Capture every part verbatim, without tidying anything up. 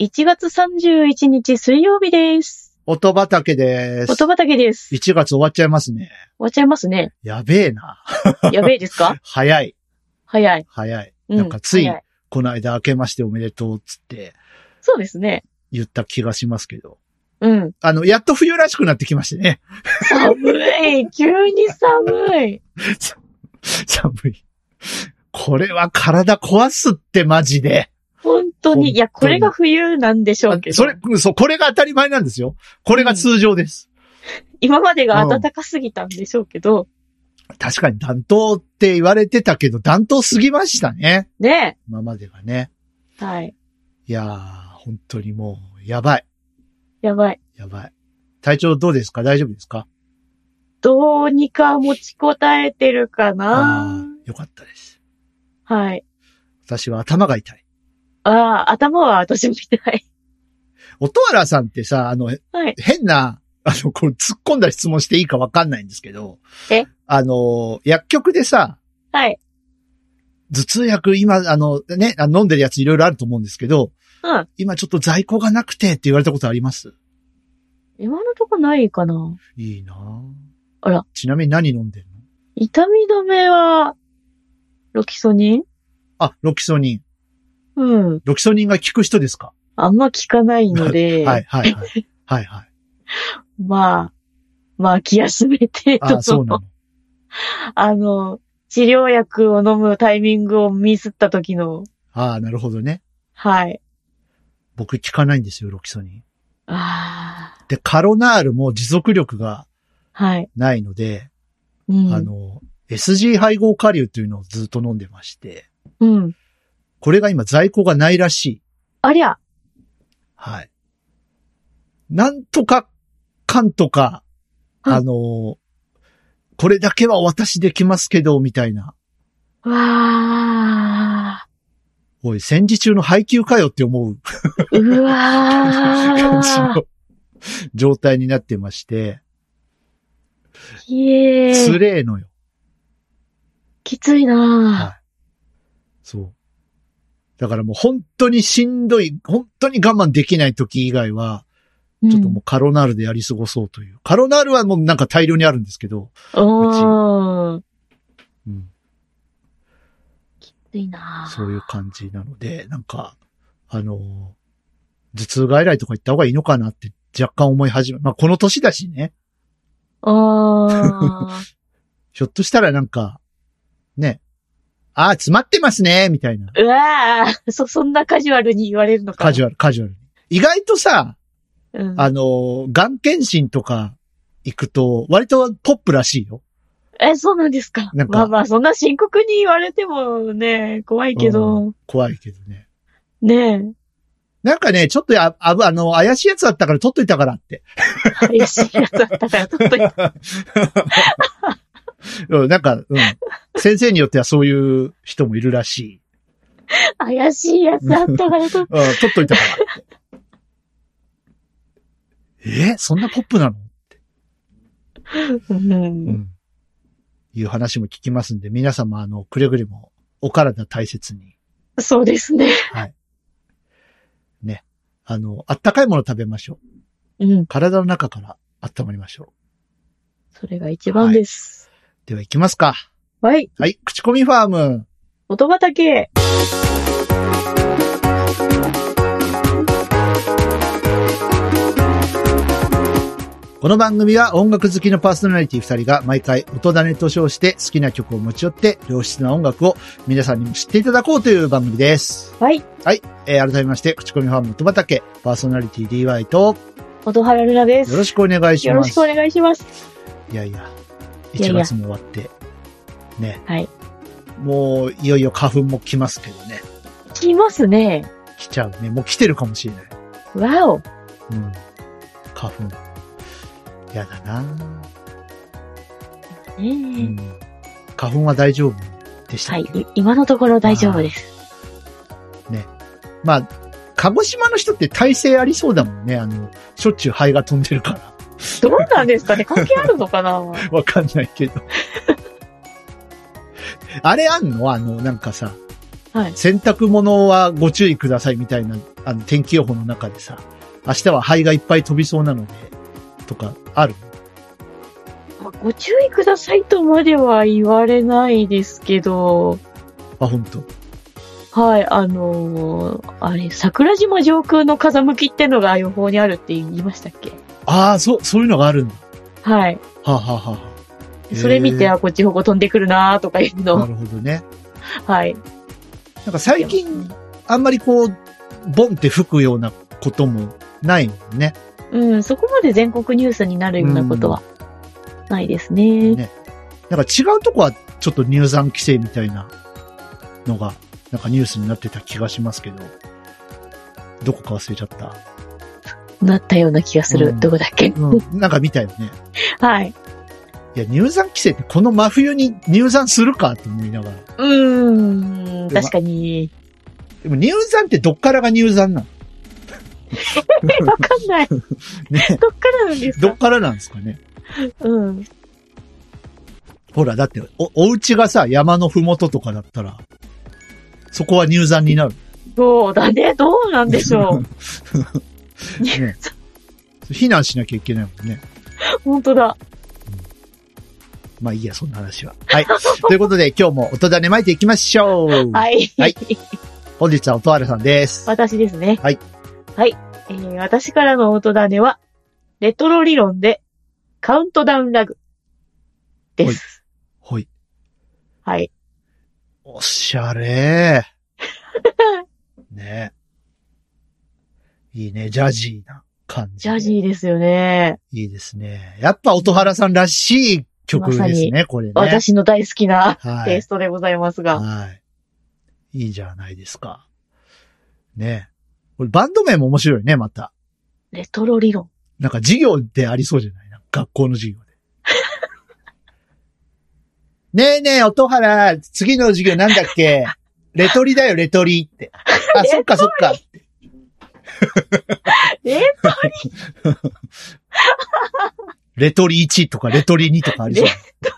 いちがつさんじゅういちにち水曜日です。 音畑です。 音畑です。 いちがつ終わっちゃいますね。 終わっちゃいますね。 やべえな。 やべえですか？ 早い。 早い。 早い。なんかつい、 うん、 この間明けましておめでとうっつって。 そうですね。 言った気がしますけど。 うん。 あの、やっと冬らしくなってきましてね。 寒い。急に寒い。 寒い。これは体壊すってマジで。 本当に。いや、これが冬なんでしょうけど。 それ、そう、これが当たり前なんですよ。これが通常です。 うん、今までが暖かすぎたんでしょうけど。 うん、確かに暖冬って言われてたけど、暖冬過ぎましたね。 ねえ。 今までがね。 はい。 いやー、本当にもう、やばい。 やばい。 やばい。体調どうですか？大丈夫ですか？ どうにか持ちこたえてるかな。 あー、よかったです。 はい。 私は頭が痛い。 ああ、頭は私も痛い。 音原さんってさ、あの、はい、変な、あの、これ突っ込んだ質問していいかわかんないんですけど。 え？ あの、薬局でさ、 はい。 頭痛薬今、あの、ね、飲んでるやついろいろあると思うんですけど、 うん。 今ちょっと在庫がなくてって言われたことあります？ 今のとこないかな。 いいなぁ。 あら。 ちなみに何飲んでるの？ 痛み止めは、ロキソニン？ あ、ロキソニン。 うん。 ロキソニンが効く人ですか？ あんま効かないので。 はいはいはい。はいはい。 まあ、まあ気休め程度の。 あ、そうなの。 あの、治療薬を飲むタイミングをミスった時の。 ああ、なるほどね。 はい。 僕効かないんですよ、ロキソニン。 ああ。 で、カロナールも持続力がないので、 はいうん、 あの、エスジー 配合顆粒というのをずっと飲んでまして、 うん。 これが今在庫がないらしい。 ありゃ。 はい。なんとか、かんとか、あの、これだけはお渡しできますけど、みたいな。 わー。 おい、戦時中の配給かよって思う。 うわー。 感じの状態になってまして。 ひえー。 つれえのよ。 きついなー。はい。 そう。だからもう本当にしんどい、本当に我慢できない時以外は、ちょっともうカロナールでやり過ごそうという。うん、カロナールはもうなんか大量にあるんですけど。 おー。 うち。うん。 きついなー。 そういう感じなので、なんか、あのー、頭痛外来とか行った方がいいのかなって若干思い始め、まあこの年だしね。 あー。 ひょっとしたらなんか、ね、ああ、詰まってますね、みたいな。 うわー、そ、そんなカジュアルに言われるのかな。 カジュアル、カジュアル。意外とさ、 うん、 あの、がん検診とか行くと、割とポップらしいよ。 え、そうなんですか。なんかまあまあ、そんな深刻に言われてもね、怖いけど。 うん、怖いけどね。 ねえ。 なんかね、ちょっとあ、あ、あの、怪しいやつだったから取っといたからって。 怪しいやつだったから取っといた。 うん、なんか、うん。先生によってはそういう人もいるらしい。 怪しいやつだったから取っ、 うん、取っといたからって。えそんなポップなのって、 うん。うん。 いう話も聞きますんで、皆様、あの、くれぐれもお体大切に。 そうですね。 はい。ね。あの、あったかいもの食べましょう。うん。 体の中から温まりましょう。 それが一番です。 はい、では行きますか。 はい。 はい。口コミファーム。 音畑。 この番組は音楽好きのパーソナリティ二人が毎回音種と称して好きな曲を持ち寄って良質な音楽を皆さんにも知っていただこうという番組です。 はい。 はい。えー、改めまして、口コミファーム音畑、パーソナリティ ディーワイ と、 音原ルナです。 よろしくお願いします。 よろしくお願いします。 いやいや、いちがつも終わって、ね。 はい。 もう、いよいよ花粉も来ますけどね。 来ますね。 来ちゃうね。もう来てるかもしれない。わお。 うん。花粉。やだなぁ。ねえ、うん。 花粉は大丈夫でしたっけ？ はい。今のところ大丈夫です。 ね。まあ、鹿児島の人って耐性ありそうだもんね。あの、しょっちゅう灰が飛んでるから。 どうなんですかね？関係あるのかな？ わかんないけど。あれあんの？あの、なんかさ、 はい。 洗濯物はご注意くださいみたいな、あの、天気予報の中でさ、明日は灰がいっぱい飛びそうなので、とか、ある？ まあご注意くださいとまでは言われないですけど、 あ、本当。 はい、あのーあれ、桜島上空の風向きってのが予報にあるって言いましたっけ？ ああ、そう、そういうのがあるんだ。 はい。 はあ、はあはあ、 それ見て、 へーあ、こっち方向飛んでくるなーとかいうなのを、 るほどね。 はい。 なんか最近、あんまりこう、ボンって吹くようなこともないもんね。 うん、そこまで全国ニュースになるようなことはないですね。 ね。なんか違うとこはちょっと入山規制みたいなのが、なんかニュースになってた気がしますけど、どこか忘れちゃった。 なったような気がする。 うんどこだっけ？ うん。なんか見たよね。 はい。 いや、入山規制ってこの真冬に入山するかと思いながら。 うーん、 でも確かに。 でも入山ってどっからが入山なの？ わかんない。 ね。 どっからなんですか？ どっからなんですかね。 うん。 ほら、だってお、お家がさ、山のふもととかだったら、そこは入山になる。 そうだね。どうなんでしょう。 ね。避難しなきゃいけないもんね。 本当だ。 まあいいや、そんな話は。はい。ということで、今日も音種まいていきましょう。 はい。 はい本日は音原さんです。 私ですね。 はい。 はい。えー、私からの音種は、レトロ理論で、カウントダウンラグです。 ほい。 はい。 おしゃれー。ね。いいね、ジャジーな感じ。 ジャジーですよね。 いいですね。やっぱ音原さんらしい曲ですまさね、これね。 私の大好きなはいテイストでございますが。 はい。いいじゃないですか。ね。これバンド名も面白いね、また。 レトロ理論。 なんか授業でありそうじゃないな。学校の授業で。ねえねえ、音原、次の授業なんだっけ？レトリだよ、レトリって。あ、そっかそっか。 レレトリいちとかレトリにとかありそう。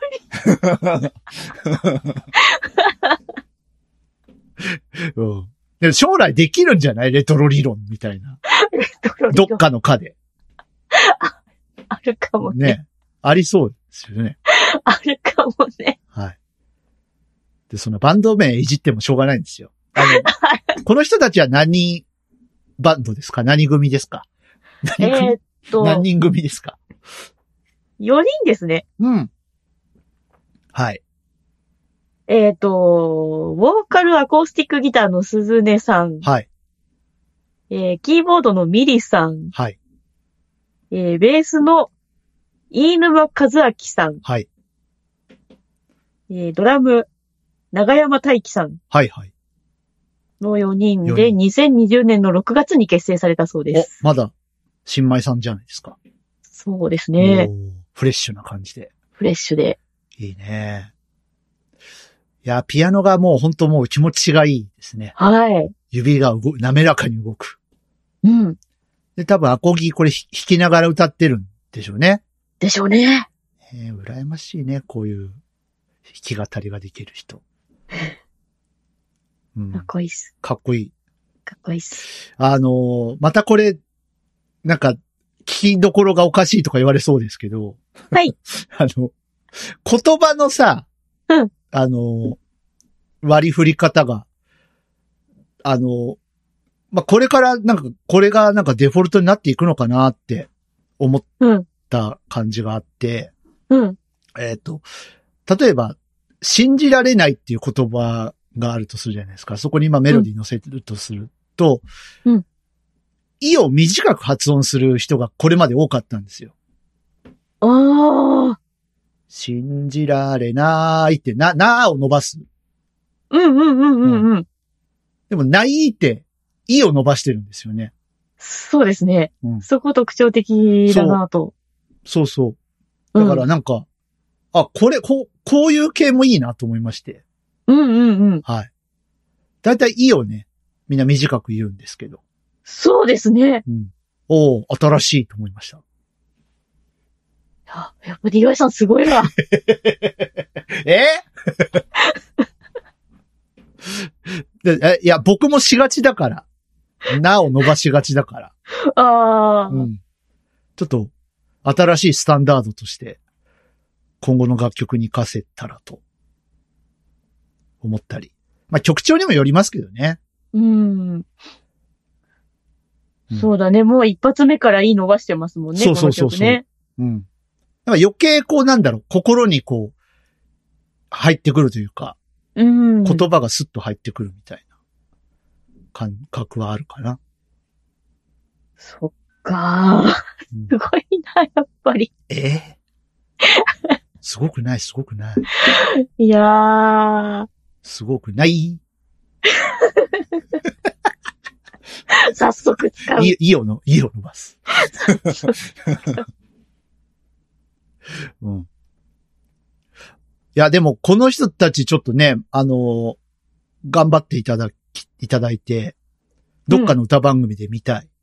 うん、でも将来できるんじゃない？レトロ理論みたいな。 トロ理論。 どっかの科で。 あるかもね。 ね。ありそうですよね。 あるかもね。 はい。で、そのバンド名いじってもしょうがないんですよ。あの、この人たちは何バンドですか？何組ですか？ え何組、 ーっと、 何人組ですか？ よにんですね。 うん。はい。 えーっと、ボーカルアコースティックギターの鈴音さん。 はい。 えー、キーボードのミリさん。 はい。 えー、ベースの飯沼和明さん。 はい。 えー、ドラム、長山大輝さんはい。はい。 のよにんよで、 にんにせんにじゅうねんのろくがつに結成されたそうでおす。、 まだ、新米さんじゃないですか。 そうですね。 おーフレッシュな感じで。 フレッシュで。 いいね。いや、ピアノがもう本当もう気持ちがいいですね。 はい。 指が動く、滑らかに動く。 うん。 で、多分アコギこれ弾きながら歌ってるんでしょうね。 でしょうね。 えー、羨ましいね、こういう弾き語りができる人。うんかっ、こいいっす。 かっこいい。 かっこいいっす。 あのーまたこれ、なんか、聞きどころがおかしいとか言われそうですけど。 はい。 あの、言葉のさ、 うんあの、割り振り方が、あの、まあ、これからなんか、これがなんかデフォルトになっていくのかなって思っうん。 た感じがあって、 うん。 えっと、例えば、信じられないっていう言葉があるとするじゃないですか。そこに今メロディー乗せるとすると、 うん。 意を短く発音する人がこれまで多かったんですよ。 ああ。 信じられないって、な、なーを伸ばす。 うんうんうんうんうん。 でも、ないって、いを伸ばしてるんですよね。 そうですね。 うんそこ特徴的だなと。 そうそう。だからなんか、あ、これ、こう、こういう系もいいなと思いまして。 うんうんうん。 はい。だいたいいをね、みんな短く言うんですけど。 そうですね。 うん。おー、新しいと思いました。 あ、やっぱ ディーワイ さんすごいわ。 えでえいや、僕もしがちだから。なを伸ばしがちだから。 ああ、 うん。ちょっと、新しいスタンダードとして、今後の楽曲に活かせたらと、思ったり。まあ、曲調にもよりますけどね。 うん。 うんそうだね。もう一発目からいい伸ばしてますもんね。 そうそうそうそうこの曲ね。 うん。だから余計こうなんだろう、心にこう、入ってくるというか、 うん。 言葉がスッと入ってくるみたいな感覚はあるかな。 そっかー。 うんすごいな、やっぱり。 ええすごくない、すごくない。 いやー。 すごくない。 早速使う。 い、いをの、いを伸ばす。うん。いや、でも、この人たちちょっとね、あのー頑張っていただき、いただいて、どっかの歌番組で見たい。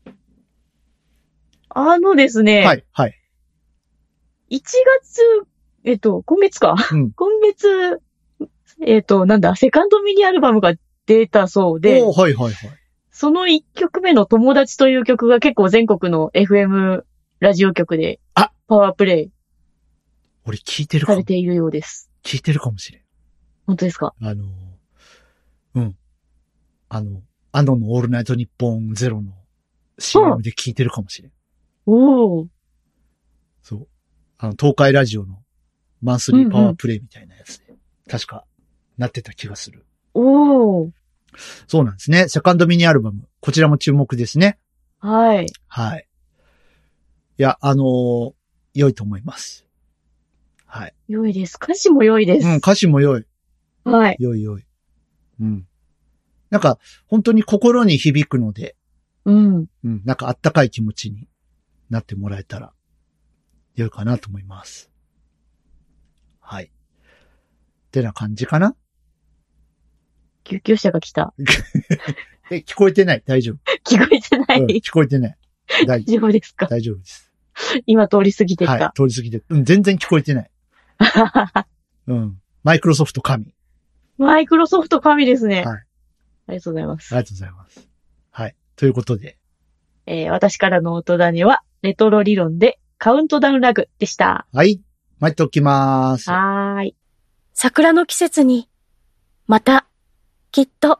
あのですね。 はい、はい。 いちがつ、えっと、今月か。 うん。 今月、えっと、なんだ、セカンドミニアルバムが出たそうで、 おーはい、はい、はい。 そのいっきょくめの友達という曲が結構全国の エフエム ラジオ局で、 あパワープレイ俺聞いてるかもされ。ているようです。 聞いてるかもしれん。 本当ですか？ あのー、うん。あの、あののオールナイトニッポンゼロの シーエム で聞いてるかもしれん。 おー。 そう。あの、東海ラジオのマンスリーパワープレイみたいなやつで、確かなってた気がする。 おー。 そうなんですね。セカンドミニアルバム。こちらも注目ですね。 はい。 はい。いや、あのー良いと思います。はい。 良いです。歌詞も良いです。 うん、歌詞も良い。 はい。 良い良い。うん。なんか、本当に心に響くので、 うん。 うん、なんかあったかい気持ちになってもらえたら、良いかなと思います。はい。ってな感じかな？ 救急車が来た。 え、聞こえてない。大丈夫。 聞こえてなうん、 い。 聞こえてない。大大丈夫ですか？ 大丈夫です。 今通り過ぎてっはい。 た。 通り過ぎて。うん、全然聞こえてない。うん。マイクロソフト神。 マイクロソフト神ですね。 はい。 ありがとうございます。 ありがとうございます。はい。ということで。 えー私からの音種は、レトロ理論でカウントダウンラグでした。 はい。待っておきまーす。 はーい。 桜の季節に、また、きっと。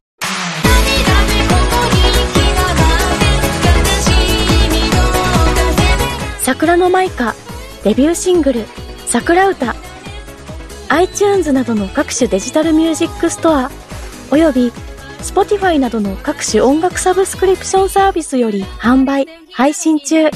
桜のマイカ、デビューシングル、桜歌。iTunes などの各種デジタルミュージックストア、および Spotify などの各種音楽サブスクリプションサービスより販売、配信中。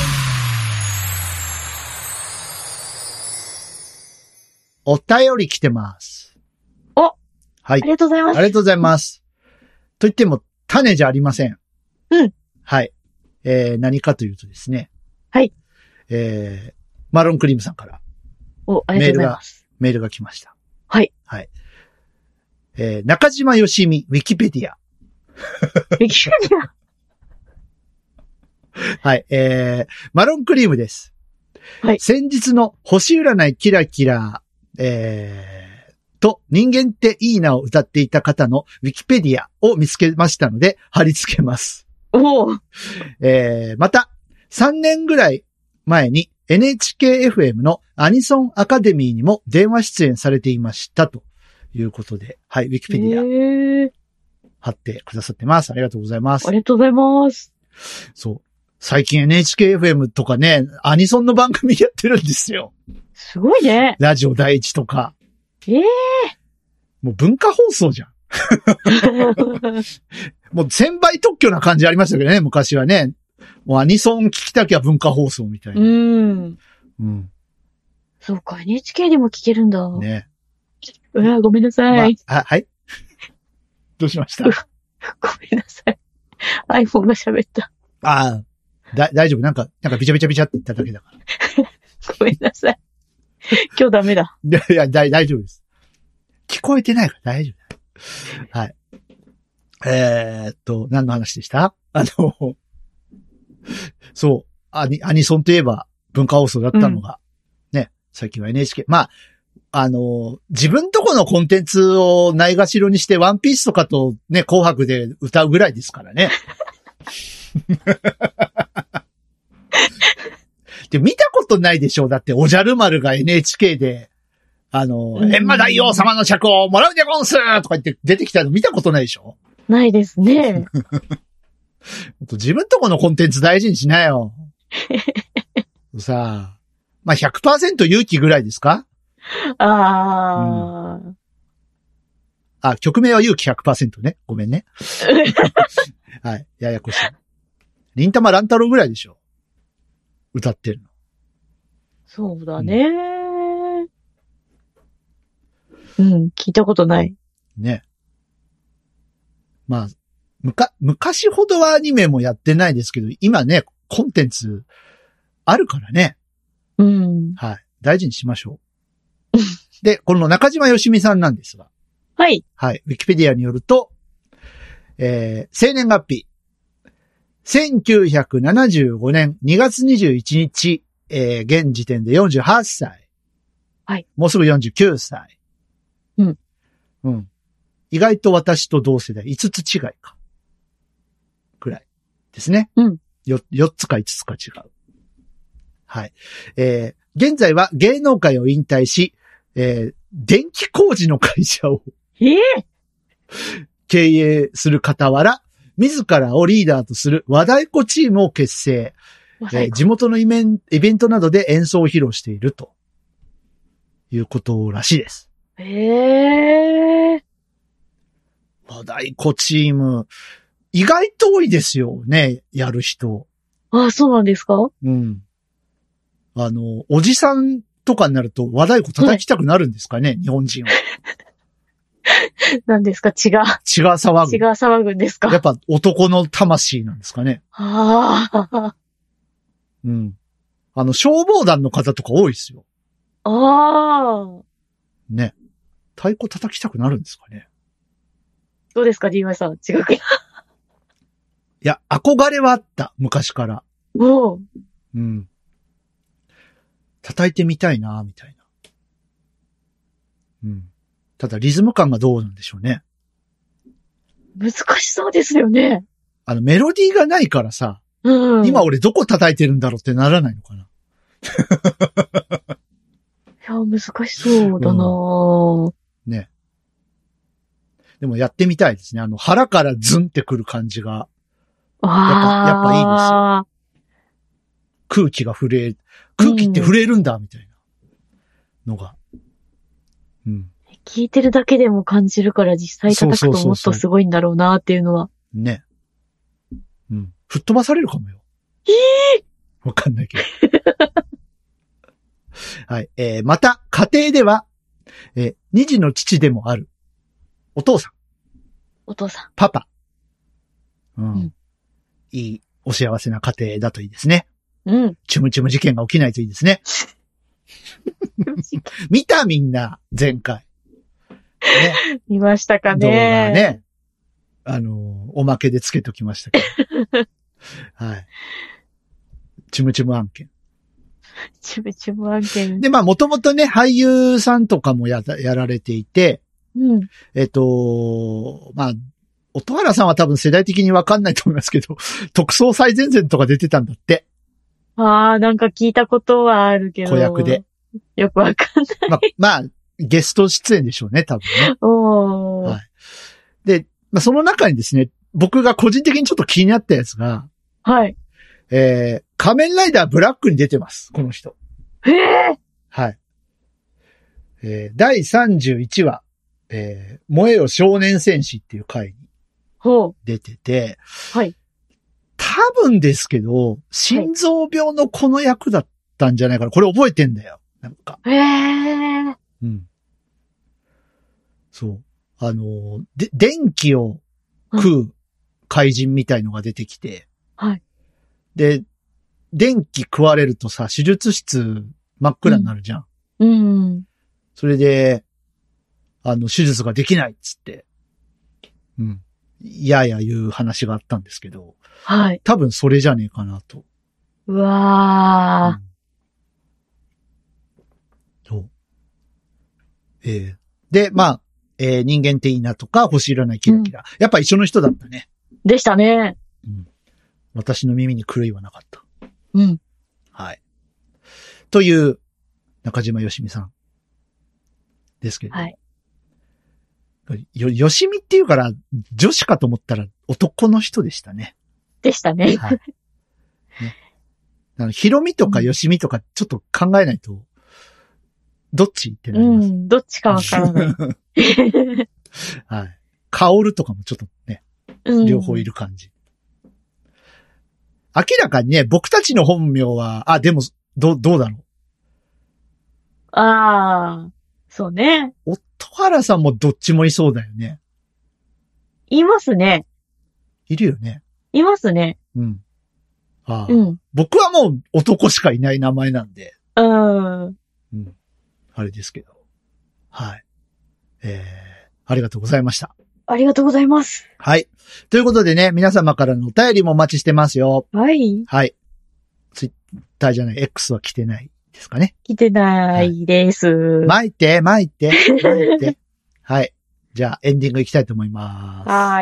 お便り来てます。 おはいあ。りがとうございます。 ありがとうございます。と言っても、種じゃありません。 うん。 はい。えー、何かというとですね。 はい。 えー、マロンクリームさんからお、ありがとうございます。 メールが来ました。 はい。 はい。えー、中島よしみ、ウィキペディア。 ウィキペディア。 はい。えー、マロンクリームです。 はい先日の星占いキラキラ、えー、と人間っていいなを歌っていた方のウィキペディアを見つけましたので貼り付けます。 おー。 えー、また、さんねんぐらい前に エヌエイチケーエフエム のアニソンアカデミーにも電話出演されていましたということで、はい、ウィキペディアへー。 貼ってくださってます。ありがとうございますあ。りがとうございます。 そう。最近 エヌエイチケーエフエム とかね、アニソンの番組やってるんですよ。 すごいね。 ラジオ第一とか。 ええもう文化放送じゃん。もう千倍特許な感じありましたけどね、昔はね。もうアニソン聞きたきゃ文化放送みたいうな。 ん。 うん。 そうか、エヌエイチケー でも聞けるんだ。 ね。 うわ、ごめんなさい。 まあ、あはい。どうしました？ ごめんなさい。iPhone が喋った。 ああ、だ、大丈夫。なんか、なんかビチャビチャビチャって言っただけだから。 ごめんなさい。今日ダメだ。 いや、いや大大丈夫です。聞こえてないから大丈夫。はい。えー、っと、何の話でしたあの、そう、アニ、アニソンといえば文化放送だったのが、ね、最近は エヌエイチケー。まあ、 あの、自分とこのコンテンツをないがしろにして、ワンピースとかとね、紅白で歌うぐらいですからね。で、見たことないでしょ。だって、おじゃる丸が エヌエイチケー で、あの、 うん閻魔大王様の尺をもらうでゴンスとか言って出てきたの見たことないでしょ。 ないですね。 自分とこのコンテンツ大事にしなよ。さあ、まあ、ひゃくパーセント 勇気ぐらいですか？ あー。 あ、曲名は勇気 ひゃくパーセント ね。ごめんね。はい。ややこしい。忍たま乱太郎ぐらいでしょ。歌ってるの。 そうだね。うん、聞いたことない。 ね。まあ、むか、昔ほどはアニメもやってないですけど、今ね、コンテンツあるからね。 うん。 はい。大事にしましょう。で、この中島よしみさんなんですが。 はい。 はい。ウィキペディアによると、えー、生年月日。せんきゅうひゃくななじゅうごねんにがつにじゅういちにち、えー、現時点でよんじゅうはっさい。 はい。 もうすぐよんじゅうきゅうさい。 うん。 うん。意外と私と同世代、いつつ違いか。くらい。ですね。 うん。 よ、よっつかいつつか違う。はい。えー、現在は芸能界を引退し、えー、電気工事の会社をえー、 経営する傍ら、自らをリーダーとする和太鼓チームを結成。えー、地元のイベンイベントなどで演奏を披露しているということらしいです。 へえー。 和太鼓チーム、意外と多いですよね、やる人。 あ、そうなんですか？ うん。あの、おじさんとかになると和太鼓叩きたくなるんですかね、はい、日本人は。 何ですか？血が。 血が騒ぐ。 血が騒ぐんですか？ やっぱ男の魂なんですかね。 ああ。 うん。あの、消防団の方とか多いですよ。 ああ。 ね。太鼓叩きたくなるんですかね。 どうですか、ディーワイ さん。違うか。いや、憧れはあった、昔から。 おう。 うん。叩いてみたいな、みたいな。うん。ただ、リズム感がどうなんでしょうね。 難しそうですよね。 あの、メロディーがないからさ、 うん。 今俺どこ叩いてるんだろうってならないのかな。いや、難しそうだなぁ、 うん、ね。でもやってみたいですね。あの、腹からズンってくる感じが。やっぱ、やっぱいいですよ。空気が震え、空気って震えるんだ、みたいなのが。うん。 聞いてるだけでも感じるから実際叩くともっとすごいんだろうなっていうのは。 ね。うん。吹っ飛ばされるかもよ。 ええー、わかんないけど。はい。えー、また、家庭では、えー、二児の父でもある、お父さん。 お父さん。 パパ。うん。うん、いい、お幸せな家庭だといいですね。 うん。 チュムチュム事件が起きないといいですね。見たみんな、前回。 ね、見ましたかね。 動画ね。あの、おまけでつけときましたけど。はい。チュムチュム案件。 チュムチュム案件。 で、まあ、もともとね、俳優さんとかもや、やられていて、 うん。 えっと、まあ、音原さんは多分世代的にわかんないと思いますけど、特捜最前線とか出てたんだって。 ああ、なんか聞いたことはあるけど。 子役で。 よくわかんない。 まあ、まあ、ゲスト出演でしょうね、多分ね。 おー。 はい。で、まあ、その中にですね、僕が個人的にちょっと気になったやつが、 はい。 えー、仮面ライダーブラックに出てます、この人。 へえ。 はい。えー、だいさんじゅういちわ、えー、燃えよ少年戦士っていう回に出てて、 はい。 多分ですけど、心臓病のこの役だったんじゃないかな。これ覚えてんだよ。なんか。 へえ。 うん。そう。あの、で、電気を食う怪人みたいのが出てきて、 はい。 で、電気食われるとさ、手術室真っ暗になるじゃん。 うん。うん、 それで、あの、手術ができないっつって、うん。いやいや言う話があったんですけど、 はい。 多分それじゃねえかなと。 うわー。 うん、そう。 えー、で、まあ、えー、人間っていいなとか、星いらないキラキラ、うん。やっぱ一緒の人だったね。 でしたね。 うん。私の耳に狂いはなかった。 うん。 はい。という、中島よしみさん。ですけど。 はい。 よ、よしみっていうから、女子かと思ったら男の人でしたね。 でしたね。 はい。ね、あのひろみとかよしみとかちょっと考えないと、どっちってなります。うん、 どっちかわからない。 はい。かおるとかもちょっとね、両方いる感じ。うん、明らかにね、僕たちの本名は、あ、でも、ど、どうだろう。 ああ、そうね。 音原さんもどっちもいそうだよね。 いますね。 いるよね。 いますね。 うん。ああ、 うん。 僕はもう男しかいない名前なんで。 うん。 うん。あれですけど。はい。えー、ありがとうございました。 ありがとうございます。 はい。ということでね、皆様からのお便りもお待ちしてますよ。 はい。 はい。ツイッターじゃない、X は来てないですかね。 来てないです。はい、 巻いて、巻いて、巻いて。はい。じゃあ、エンディングいきたいと思います。 はい。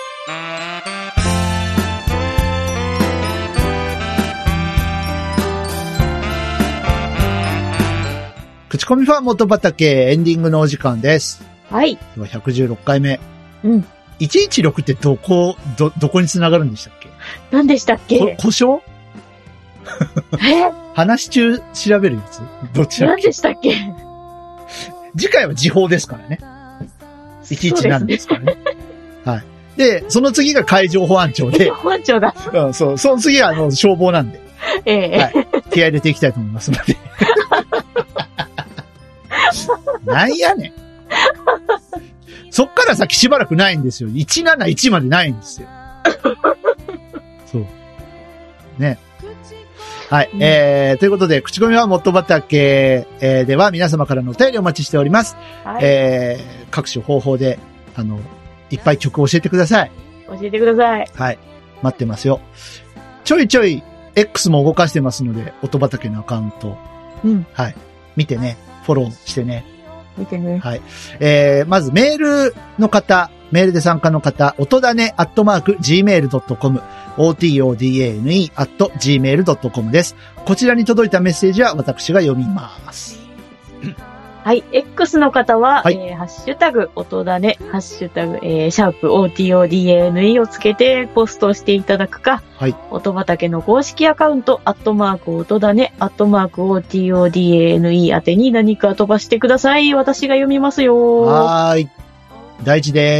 口コミファン元畑エンディングのお時間です。 はい。 今日はひゃくじゅうろっかいめ。 うん。 いちいちろくってどこ、ど、どこに繋がるんでしたっけ？ 何でしたっけ？ 故障？ え？ 話中調べるやつ？どっちだっけ？ 何でしたっけ？ 次回は時報ですからね。いちいちなんですからね。はい。で、その次が海上保安庁で。 保安庁だ。 うん、そう。その次はあの消防なんで。 ええ。 はい。気合入れていきたいと思いますので。なんやねん。そっから先しばらくないんですよ。いちなないちまでないんですよ。そう。ね。はい。うん、えー、ということで、口コミはもっと畑、えー、では皆様からのお便りお待ちしております。はい、えー、各種方法で、あの、いっぱい曲を教えてください。 教えてください。 はい。待ってますよ。ちょいちょい X も動かしてますので、音畑のアカウント。 うん。 はい。見てね。フォローしてね。 見てね。 はい。えー、まずメールの方、メールで参加の方、音だね、アットマーク、ジーメールドットコム、オーティーオーディーエーエヌイー、アット、ジーメールドットコム です。こちらに届いたメッセージは私が読みます。 はい。X の方は、 はい、 えー、ハッシュタグ、音だね、ハッシュタグ、えー、シャープ、オーティーオーディーエーエヌイー をつけてポストしていただくか、 はい。 音畑の公式アカウント、アットマーク、音だね、アットマーク、オーティーオーディーエーエヌイー 宛てに何か飛ばしてください。私が読みますよ。 はーい。大事です。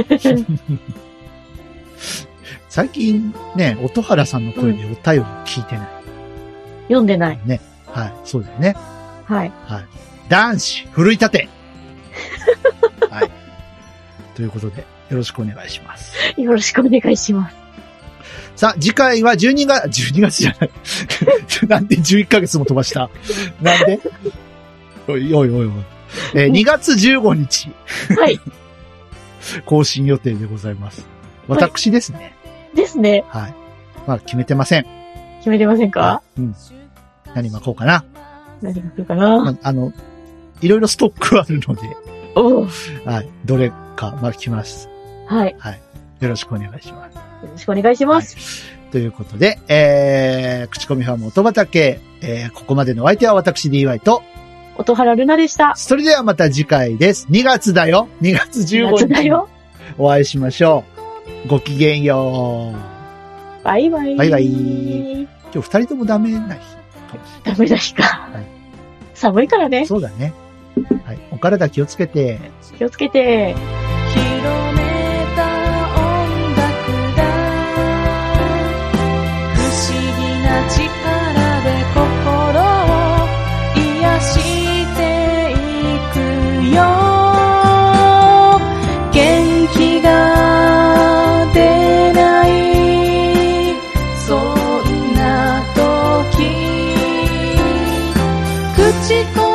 最近ね、音原さんの声でお便り聞いてない。 うん、読んでない。 ね。はい。そうだよね。 はい。 はい。男子、奮い立てはい。ということで、よろしくお願いします。 よろしくお願いします。 さあ、次回はじゅうにがつ、じゅうにがつじゃない。なんでじゅういっかげつも飛ばした？なんでおいおいおいおい。えー、にがつじゅうごにち。 はい。 更新予定でございます。私ですね。 はい、ですね。 はい。まあ、決めてません。 決めてませんか？ うん。何巻こうかな。 何巻こうかな。 まあ、あの、いろいろストックあるので。 おはい。どれか巻きます。 はい。 はい。よろしくお願いします。 よろしくお願いします。 はい、ということで、えー、口コミファーム音畑、えー、ここまでのお相手は私 ディーワイ と、 音原ルナでした。 それではまた次回です。にがつだよ。にがつじゅうごにち。にがつだよ。お会いしましょう。ごきげんよう。バイバイ。 バイバイ。今日二人ともダメな日かもしれない。 ダメな日か。はい、寒いからね。 そうだね。はい。お体気をつけて。 気をつけて。 口